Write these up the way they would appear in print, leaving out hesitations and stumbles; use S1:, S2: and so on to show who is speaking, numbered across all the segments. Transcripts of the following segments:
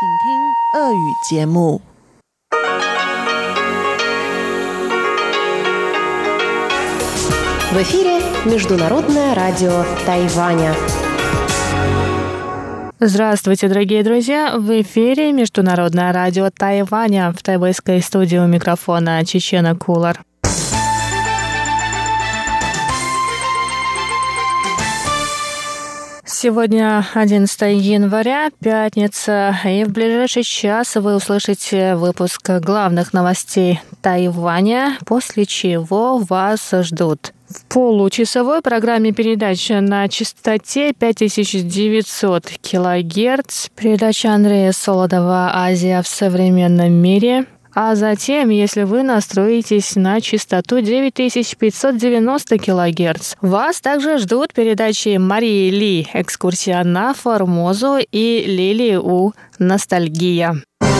S1: В эфире Международное радио Тайваня.
S2: Здравствуйте, дорогие друзья! В эфире Международное радио Тайваня. В тайваньской студии у микрофона Чечена Кулар. Сегодня 11 января, пятница, и в ближайший час вы услышите выпуск главных новостей Тайваня, после чего вас ждут в получасовой программе передач на частоте 5900 килогерц передача Андрея Солодова «Азия в современном мире». А затем, если вы настроитесь на частоту 9590 кГц, вас также ждут передачи Марии Ли «Экскурсия на Формозу» и Лили У «Ностальгия».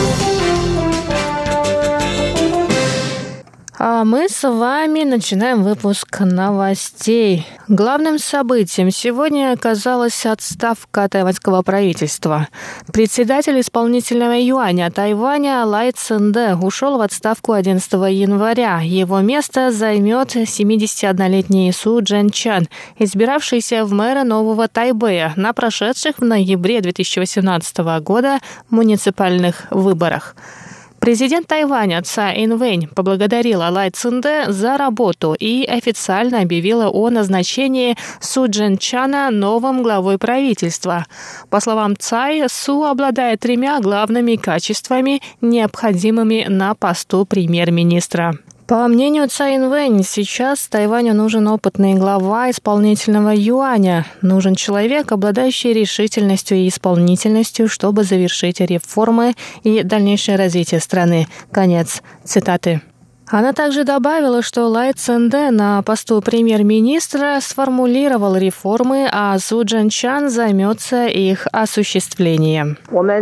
S2: А мы с вами начинаем выпуск новостей. Главным событием сегодня оказалась отставка тайваньского правительства. Председатель исполнительного юаня Тайваня Лай Цзинде ушел в отставку 11 января. Его место займет 71-летний Су Чжэньчан, избиравшийся в мэра Нового Тайбэя на прошедших в ноябре 2018 года муниципальных выборах. Президент Тайваня Цай Инвэнь поблагодарила Лай Цзинде за работу и официально объявила о назначении Су Чжэньчана новым главой правительства. По словам Цай, Су обладает 3 главными качествами, необходимыми на посту премьер-министра. По мнению Цай Инвэнь, сейчас Тайваню нужен опытный глава исполнительного юаня. Нужен человек, обладающий решительностью и исполнительностью, чтобы завершить реформы и дальнейшее развитие страны. Конец цитаты. Она также добавила, что Лай Цзинде на посту премьер-министра сформулировал реформы, а Су Чжэньчан займется их осуществлением.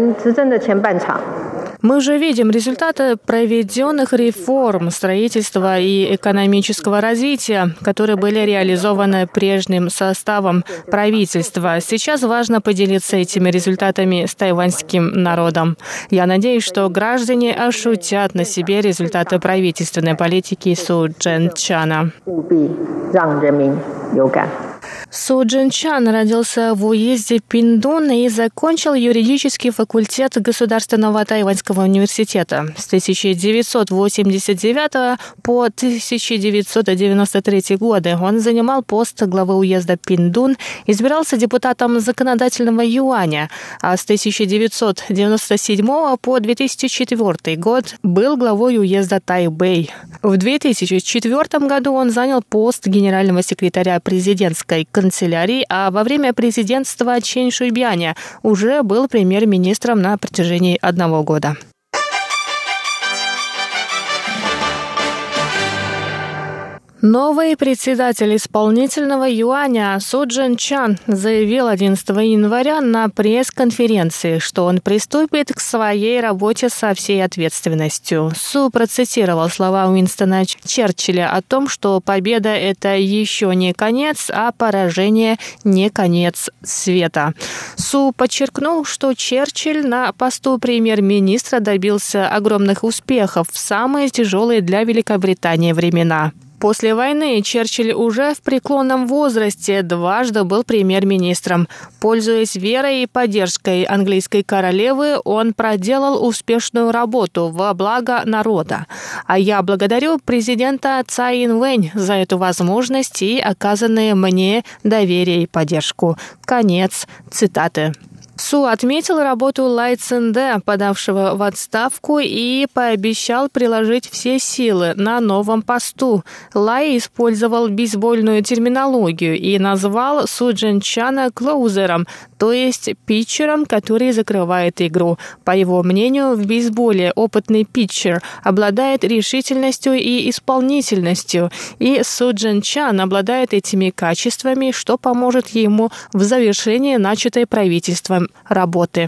S2: Мы уже видим результаты проведенных реформ, строительства и экономического развития, которые были реализованы прежним составом правительства. Сейчас важно поделиться этими результатами с тайваньским народом. Я надеюсь, что граждане ощутят на себе результаты правительственной политики Су Чжэньчана. Су Чжэньчан родился в уезде Пиндун и закончил юридический факультет Государственного тайваньского университета. С 1989 по 1993 годы он занимал пост главы уезда Пиндун, избирался депутатом законодательного юаня, а с 1997 по 2004 год был главой уезда Тайбэй. В 2004 году он занял пост генерального секретаря президентской канцелярии, а во время президентства Чэнь Шуйбяня уже был премьер-министром на протяжении 1 года. Новый председатель исполнительного юаня Су Чжэньчан заявил 11 января на пресс-конференции, что он приступит к своей работе со всей ответственностью. Су процитировал слова Уинстона Черчилля о том, что победа – это еще не конец, а поражение – не конец света. Су подчеркнул, что Черчилль на посту премьер-министра добился огромных успехов в самые тяжелые для Великобритании времена. После войны Черчилль уже в преклонном возрасте дважды был премьер-министром. Пользуясь верой и поддержкой английской королевы, он проделал успешную работу во благо народа. А я благодарю президента Цай Инвэнь за эту возможность и оказанные мне доверие и поддержку. Конец цитаты. Су отметил работу Лай Цзинде, подавшего в отставку, и пообещал приложить все силы на новом посту. Лай использовал бейсбольную терминологию и назвал Су Чжэньчана клоузером, то есть питчером, который закрывает игру. По его мнению, в бейсболе опытный питчер обладает решительностью и исполнительностью, и Су Чжэньчан обладает этими качествами, что поможет ему в завершении начатой правительством работы.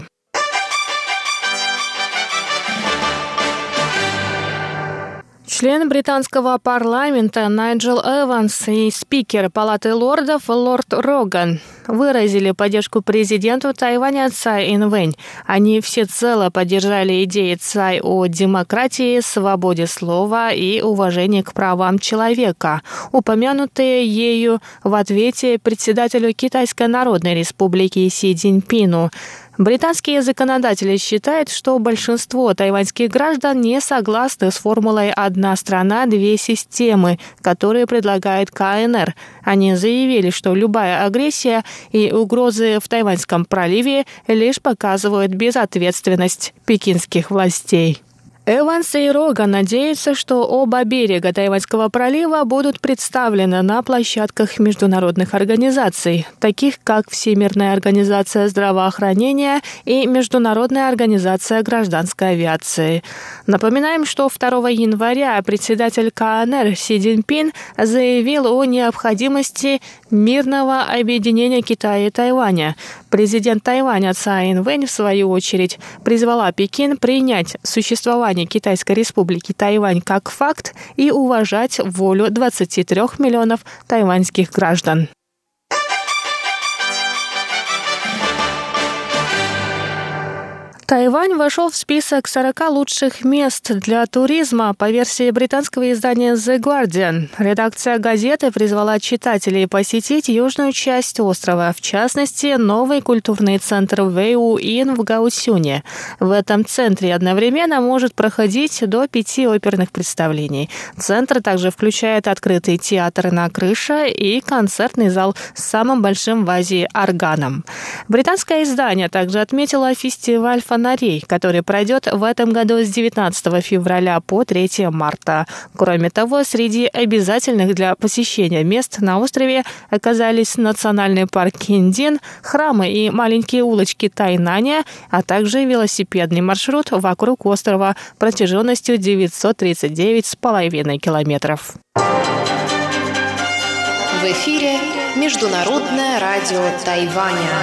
S2: Член британского парламента Найджел Эванс и спикер Палаты лордов лорд Роган выразили поддержку президенту Тайваня Цай Инвэнь. Они всецело поддержали идеи Цай о демократии, свободе слова и уважении к правам человека, упомянутые ею в ответе председателю Китайской Народной Республики Си Цзиньпину. Британские законодатели считают, что большинство тайваньских граждан не согласны с формулой «одна страна, две системы», которую предлагает КНР. Они заявили, что любая агрессия и угрозы в Тайваньском проливе лишь показывают безответственность пекинских властей. Эванс и Роган надеются, что оба берега Тайваньского пролива будут представлены на площадках международных организаций, таких как Всемирная организация здравоохранения и Международная организация гражданской авиации. Напоминаем, что 2 января председатель КНР Си Цзиньпин заявил о необходимости мирного объединения Китая и Тайваня. Президент Тайваня Цай Инвэнь, в свою очередь, призвала Пекин принять существование Китайской республики Тайвань как факт и уважать волю 23 миллионов тайваньских граждан. Тайвань вошел в список 40 лучших мест для туризма по версии британского издания The Guardian. Редакция газеты призвала читателей посетить южную часть острова, в частности, новый культурный центр Вэйу-Ин в Гаосюне. В этом центре одновременно может проходить до 5 оперных представлений. Центр также включает открытый театр на крыше и концертный зал с самым большим в Азии органом. Британское издание также отметило фестиваль фонарей, который пройдет в этом году с 19 февраля по 3 марта. Кроме того, среди обязательных для посещения мест на острове оказались национальный парк Киндин, храмы и маленькие улочки Тайнаня, а также велосипедный маршрут вокруг острова протяженностью 939,5 километров.
S1: В эфире Международное радио Тайваня.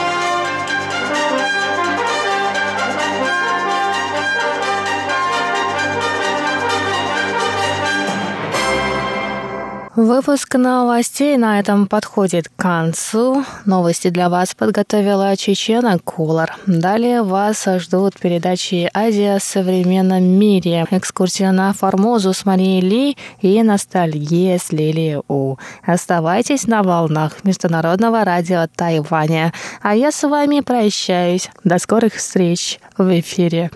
S2: Выпуск новостей на этом подходит к концу. Новости для вас подготовила Чечена Кулар. Далее вас ждут передачи «Азия в современном мире», экскурсия на Формозу с Марией Ли и ностальгия с Лилией У. Оставайтесь на волнах Международного радио Тайваня. А я с вами прощаюсь. До скорых встреч в эфире.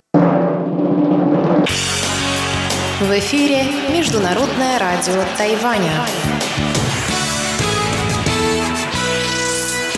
S1: В эфире Международное радио Тайваня.